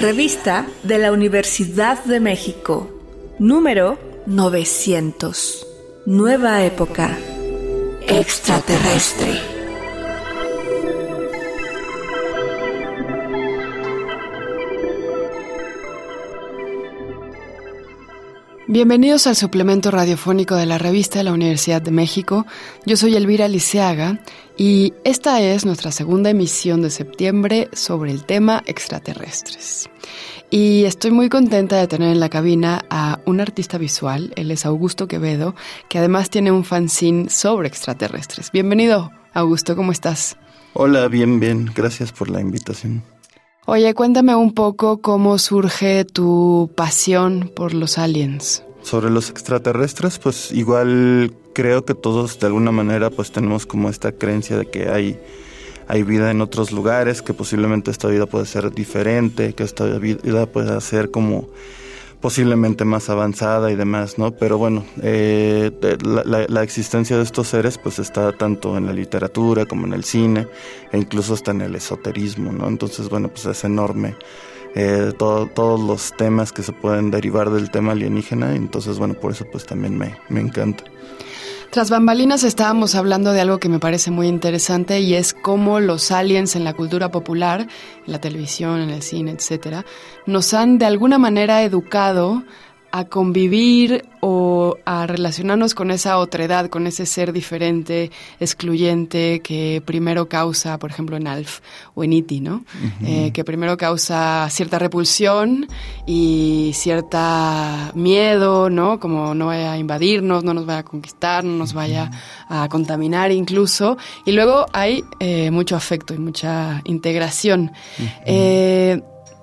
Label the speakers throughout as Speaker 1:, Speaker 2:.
Speaker 1: Revista de la Universidad de México, número 900. Nueva época extraterrestre.
Speaker 2: Bienvenidos al suplemento radiofónico de la Revista de la Universidad de México. Yo soy Elvira Liceaga y esta es nuestra segunda emisión de septiembre sobre el tema extraterrestres. Y estoy muy contenta de tener en la cabina a un artista visual, él es Augusto Quevedo, que además tiene un fanzine sobre extraterrestres. Bienvenido, Augusto, ¿cómo estás?
Speaker 3: Hola, bien, gracias por la invitación.
Speaker 2: Oye, cuéntame un poco cómo surge tu pasión por los aliens.
Speaker 3: Sobre los extraterrestres, pues igual creo que todos de alguna manera pues tenemos como esta creencia de que hay vida en otros lugares, que posiblemente esta vida puede ser diferente, que esta vida puede ser como posiblemente más avanzada y demás, ¿no? Pero bueno, la existencia de estos seres pues está tanto en la literatura como en el cine e incluso hasta en el esoterismo, ¿no? Entonces, bueno, pues es enorme todos los temas que se pueden derivar del tema alienígena, entonces, bueno, por eso pues también me encanta.
Speaker 2: Tras bambalinas estábamos hablando de algo que me parece muy interesante y es cómo los aliens en la cultura popular, en la televisión, en el cine, etcétera, nos han de alguna manera educado a convivir o a relacionarnos con esa otredad, con ese ser diferente, excluyente, que primero causa, por ejemplo, en Alf o en E.T., ¿no? Uh-huh. Que primero causa cierta repulsión y cierta miedo, ¿no? Como no vaya a invadirnos, no nos vaya a conquistar, no nos vaya a contaminar incluso. Y luego hay mucho afecto y mucha integración. Uh-huh.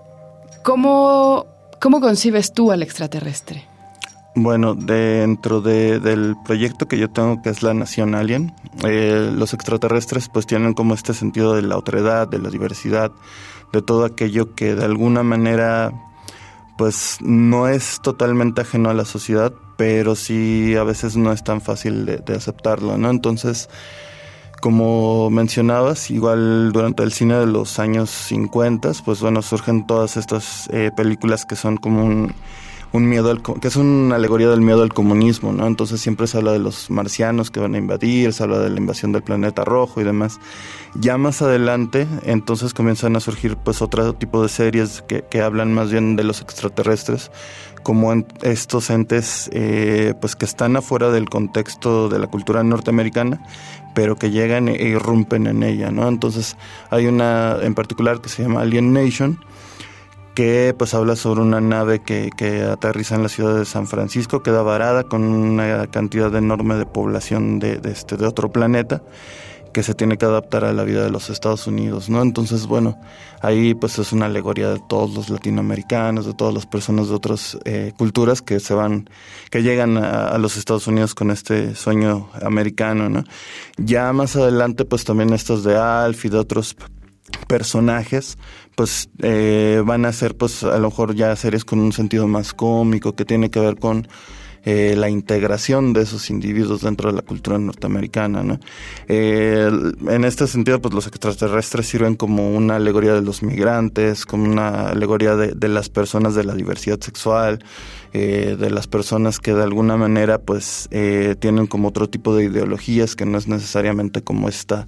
Speaker 2: ¿Cómo concibes tú al extraterrestre?
Speaker 3: Bueno, dentro del proyecto que yo tengo, que es la Nación Alien, los extraterrestres pues tienen como este sentido de la otredad, de la diversidad, de todo aquello que de alguna manera pues no es totalmente ajeno a la sociedad, pero sí a veces no es tan fácil de aceptarlo, ¿no? Entonces, como mencionabas, igual durante el cine de los años 50, pues bueno, surgen todas estas películas que son como un miedo, que es una alegoría del miedo al comunismo, ¿no? Entonces siempre se habla de los marcianos que van a invadir, se habla de la invasión del planeta rojo y demás. Ya más adelante, entonces comienzan a surgir pues otro tipo de series que hablan más bien de los extraterrestres, como estos entes pues que están afuera del contexto de la cultura norteamericana, pero que llegan e irrumpen en ella, ¿no? Entonces hay una en particular que se llama Alien Nation, que pues habla sobre una nave que aterriza en la ciudad de San Francisco, queda varada con una cantidad enorme de población de otro planeta, que se tiene que adaptar a la vida de los Estados Unidos, ¿no? Entonces, bueno, ahí pues es una alegoría de todos los latinoamericanos, de todas las personas de otras culturas que llegan a los Estados Unidos con este sueño americano, ¿no? Ya más adelante, pues también estos de Alf y de otros personajes, pues van a ser pues a lo mejor ya series con un sentido más cómico, que tiene que ver con la integración de esos individuos dentro de la cultura norteamericana, ¿no? En este sentido, pues los extraterrestres sirven como una alegoría de los migrantes, como una alegoría de las personas de la diversidad sexual, de las personas que de alguna manera pues tienen como otro tipo de ideologías que no es necesariamente como esta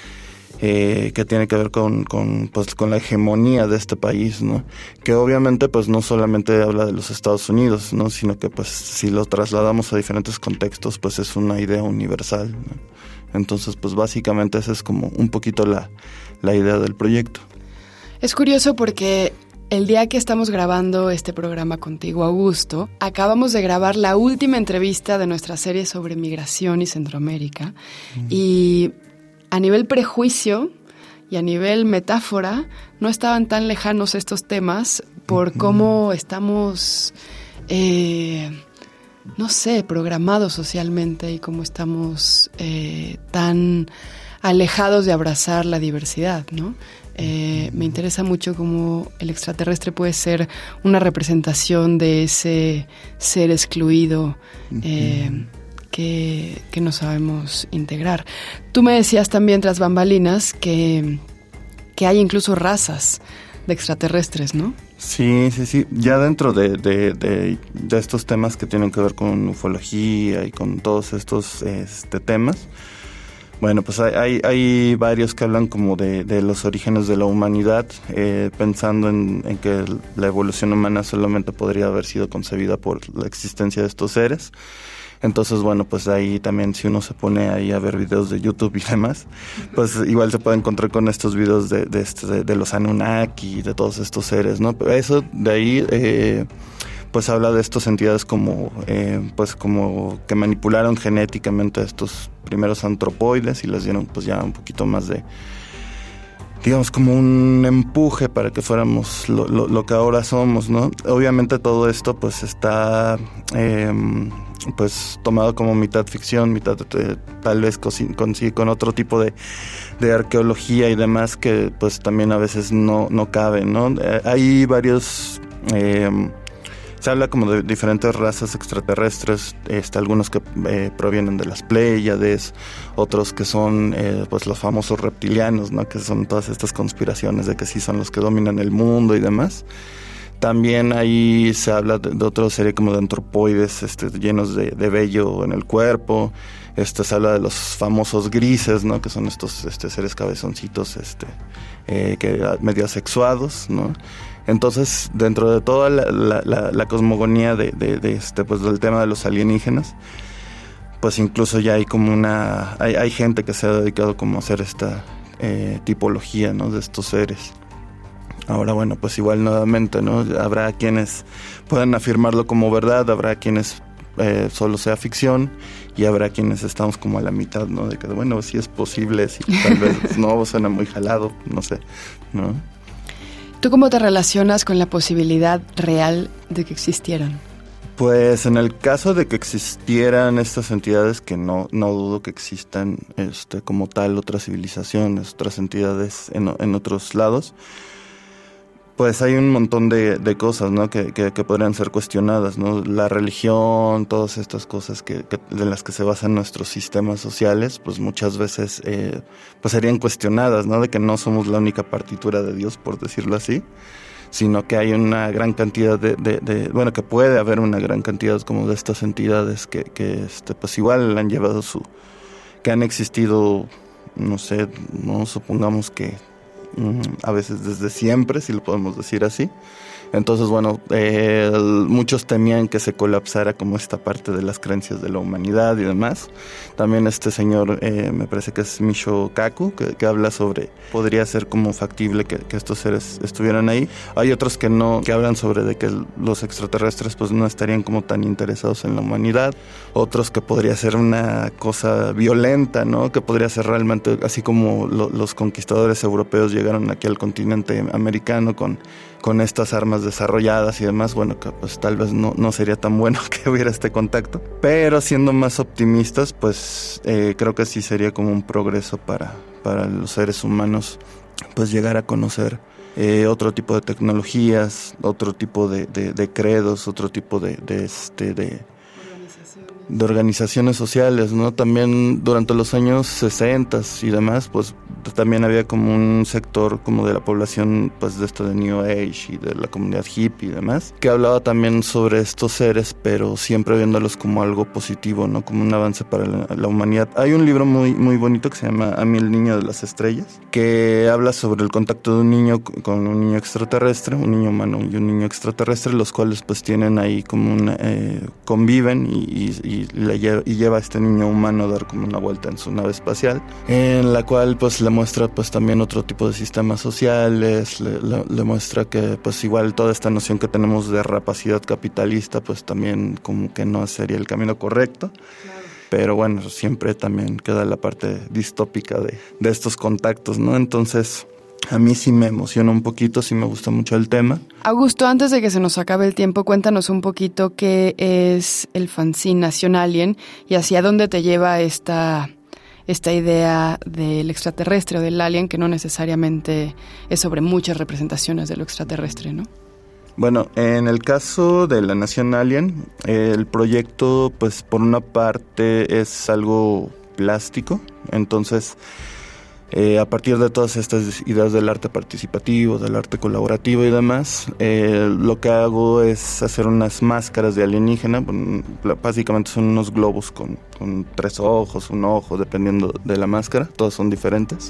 Speaker 3: que tiene que ver con la hegemonía de este país, ¿no? Que obviamente pues no solamente habla de los Estados Unidos, ¿no? Sino que pues si lo trasladamos a diferentes contextos pues es una idea universal, ¿no? Entonces pues básicamente esa es como un poquito la idea del proyecto.
Speaker 2: Es curioso porque el día que estamos grabando este programa contigo, Augusto, acabamos de grabar la última entrevista de nuestra serie sobre migración y Centroamérica. Y a nivel prejuicio y a nivel metáfora, no estaban tan lejanos estos temas por cómo estamos, programados socialmente y cómo estamos tan alejados de abrazar la diversidad, ¿no? Me interesa mucho cómo el extraterrestre puede ser una representación de ese ser excluido, que no sabemos integrar. Tú me decías también tras bambalinas que hay incluso razas extraterrestres, ¿no?
Speaker 3: Sí. Ya dentro de estos temas que tienen que ver con ufología y con todos estos temas, bueno, pues hay varios que hablan como de los orígenes de la humanidad, pensando en que la evolución humana solamente podría haber sido concebida por la existencia de estos seres. Entonces, bueno, pues ahí también, si uno se pone ahí a ver videos de YouTube y demás, pues igual se puede encontrar con estos videos de los Anunnaki, de todos estos seres, ¿no? Pero eso de ahí, pues habla de estas entidades como que manipularon genéticamente a estos primeros antropoides y les dieron pues ya un poquito más de, digamos, como un empuje para que fuéramos lo que ahora somos, ¿no? Obviamente todo esto pues está pues tomado como mitad ficción, mitad tal vez con otro tipo de arqueología y demás que pues también a veces no cabe, ¿no? Hay varios... se habla como de diferentes razas extraterrestres, algunos que provienen de las Pléyades, otros que son pues los famosos reptilianos, ¿no? Que son todas estas conspiraciones de que sí son los que dominan el mundo y demás. También ahí se habla de otra serie como de antropoides llenos de vello en el cuerpo. Se habla de los famosos grises, ¿no? Que son estos seres cabezoncitos que medio asexuados, ¿no? Entonces, dentro de toda la cosmogonía pues del tema de los alienígenas, pues incluso ya hay como hay gente que se ha dedicado como a hacer esta tipología, ¿no? De estos seres. Ahora, bueno, pues igual nuevamente, ¿no? Habrá quienes puedan afirmarlo como verdad, habrá quienes solo sea ficción y habrá quienes estamos como a la mitad, ¿no? De que, bueno, sí es posible, sí, tal vez no, suena muy jalado, no sé, ¿no?
Speaker 2: ¿Tú cómo te relacionas con la posibilidad real de que existieran?
Speaker 3: Pues en el caso de que existieran estas entidades, que no dudo que existan como tal otras civilizaciones, otras entidades en otros lados, pues hay un montón de cosas, ¿no? que podrían ser cuestionadas, ¿no? La religión, todas estas cosas de las que se basan nuestros sistemas sociales, pues muchas veces pues serían cuestionadas, ¿no? De que no somos la única partitura de Dios, por decirlo así, sino que hay una gran cantidad bueno, que puede haber una gran cantidad como de estas entidades que pues igual han llevado que han existido, no sé, no supongamos que a veces desde siempre, si lo podemos decir así. Entonces, bueno, muchos temían que se colapsara como esta parte de las creencias de la humanidad y demás. También este señor, me parece que es Michio Kaku, que habla sobre, podría ser como factible que estos seres estuvieran ahí. Hay otros que no, que hablan sobre de que los extraterrestres pues no estarían como tan interesados en la humanidad. Otros que podría ser una cosa violenta, ¿no? Que podría ser realmente, así como los conquistadores europeos llegaron aquí al continente americano con estas armas desarrolladas y demás, bueno, que pues tal vez no sería tan bueno que hubiera este contacto, pero siendo más optimistas, pues creo que sí sería como un progreso para los seres humanos, pues llegar a conocer otro tipo de tecnologías, otro tipo de credos, otro tipo de organizaciones sociales, ¿no? También durante los años 60 y demás, pues también había como un sector como de la población pues de esto de New Age y de la comunidad hippie y demás, que hablaba también sobre estos seres, pero siempre viéndolos como algo positivo, ¿no? Como un avance para la humanidad. Hay un libro muy, muy bonito que se llama A mí el niño de las estrellas, que habla sobre el contacto de un niño con un niño extraterrestre, un niño humano y un niño extraterrestre, los cuales pues tienen ahí como conviven y lleva a este niño humano a dar como una vuelta en su nave espacial, en la cual pues le muestra pues también otro tipo de sistemas sociales, le muestra que pues igual toda esta noción que tenemos de rapacidad capitalista pues también como que no sería el camino correcto. Claro. Pero bueno, siempre también queda la parte distópica de estos contactos, ¿no? Entonces, a mí sí me emociona un poquito, sí me gusta mucho el tema.
Speaker 2: Augusto, antes de que se nos acabe el tiempo, cuéntanos un poquito qué es el fanzine Nación Alien y hacia dónde te lleva esta idea del extraterrestre o del alien, que no necesariamente es sobre muchas representaciones de lo extraterrestre, ¿no?
Speaker 3: Bueno, en el caso de la Nación Alien, el proyecto, pues por una parte es algo plástico, entonces A partir de todas estas ideas del arte participativo, del arte colaborativo y demás, lo que hago es hacer unas máscaras de alienígena. Básicamente son unos globos con 3 ojos, un ojo, dependiendo de la máscara. Todas son diferentes.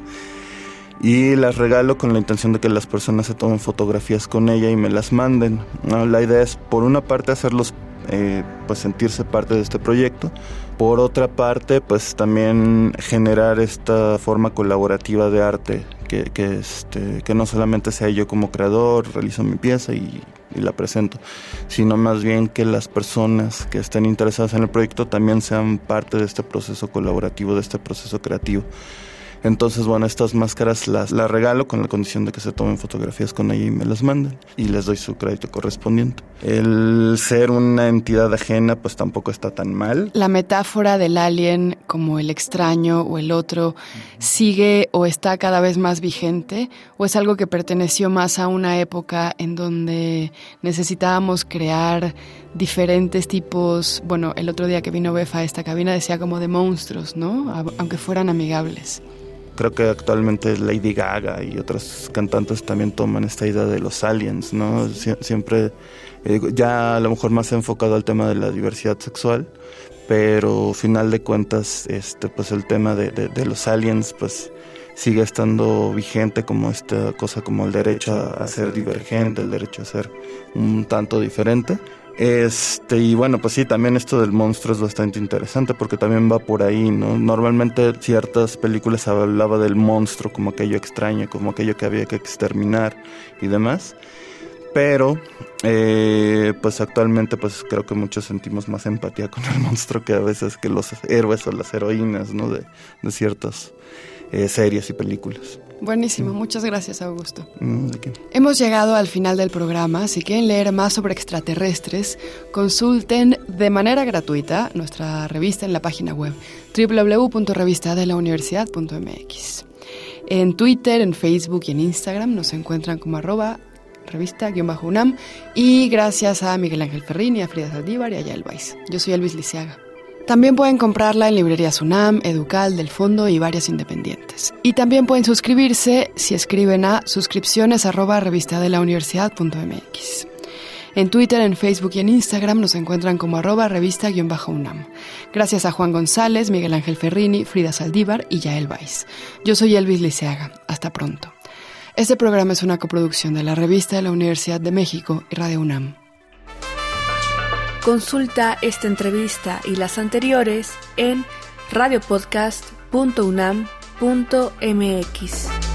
Speaker 3: Y las regalo con la intención de que las personas se tomen fotografías con ella y me las manden, ¿no? La idea es, por una parte, hacerlos pues sentirse parte de este proyecto. Por otra parte, pues también generar esta forma colaborativa de arte, que no solamente sea yo como creador, realizo mi pieza y la presento, sino más bien que las personas que estén interesadas en el proyecto también sean parte de este proceso colaborativo, de este proceso creativo. Entonces, bueno, estas máscaras las regalo con la condición de que se tomen fotografías con ella y me las manden, y les doy su crédito correspondiente. El ser una entidad ajena, pues tampoco está tan mal.
Speaker 2: La metáfora del alien como el extraño o el otro, ¿sigue o está cada vez más vigente? ¿O es algo que perteneció más a una época en donde necesitábamos crear diferentes tipos? Bueno, el otro día que vino Befa a esta cabina decía como de monstruos, ¿no? Aunque fueran amigables.
Speaker 3: Creo que actualmente Lady Gaga y otras cantantes también toman esta idea de los aliens, ¿no? Siempre, ya a lo mejor más enfocado al tema de la diversidad sexual, pero final de cuentas, pues el tema de los aliens, pues sigue estando vigente como esta cosa, como el derecho a ser divergente, el derecho a ser un tanto diferente. Y bueno, pues sí, también esto del monstruo es bastante interesante porque también va por ahí, ¿no? Normalmente ciertas películas hablaba del monstruo como aquello extraño, como aquello que había que exterminar y demás, pero pues actualmente pues creo que muchos sentimos más empatía con el monstruo que a veces que los héroes o las heroínas, ¿no? de ciertas series y películas.
Speaker 2: Buenísimo, muchas gracias, Augusto.
Speaker 3: ¿De qué?
Speaker 2: Hemos llegado al final del programa. Si quieren leer más sobre extraterrestres, consulten de manera gratuita nuestra revista en la página web www.revistadelauniversidad.mx. En Twitter, en Facebook y en Instagram nos encuentran como @revista_UNAM. Y gracias a Miguel Ángel Ferrini, a Frida Saldívar y a Yael Weiss. Yo soy Elvis Liceaga. También pueden comprarla en librerías UNAM, Educal, Del Fondo y varias independientes. Y también pueden suscribirse si escriben a suscripciones@revistadelauniversidad.mx. En Twitter, en Facebook y en Instagram nos encuentran como @revista_UNAM. Gracias a Juan González, Miguel Ángel Ferrini, Frida Saldívar y Yael Weiss. Yo soy Elvis Liceaga. Hasta pronto. Este programa es una coproducción de la Revista de la Universidad de México y Radio UNAM.
Speaker 1: Consulta esta entrevista y las anteriores en radiopodcast.unam.mx.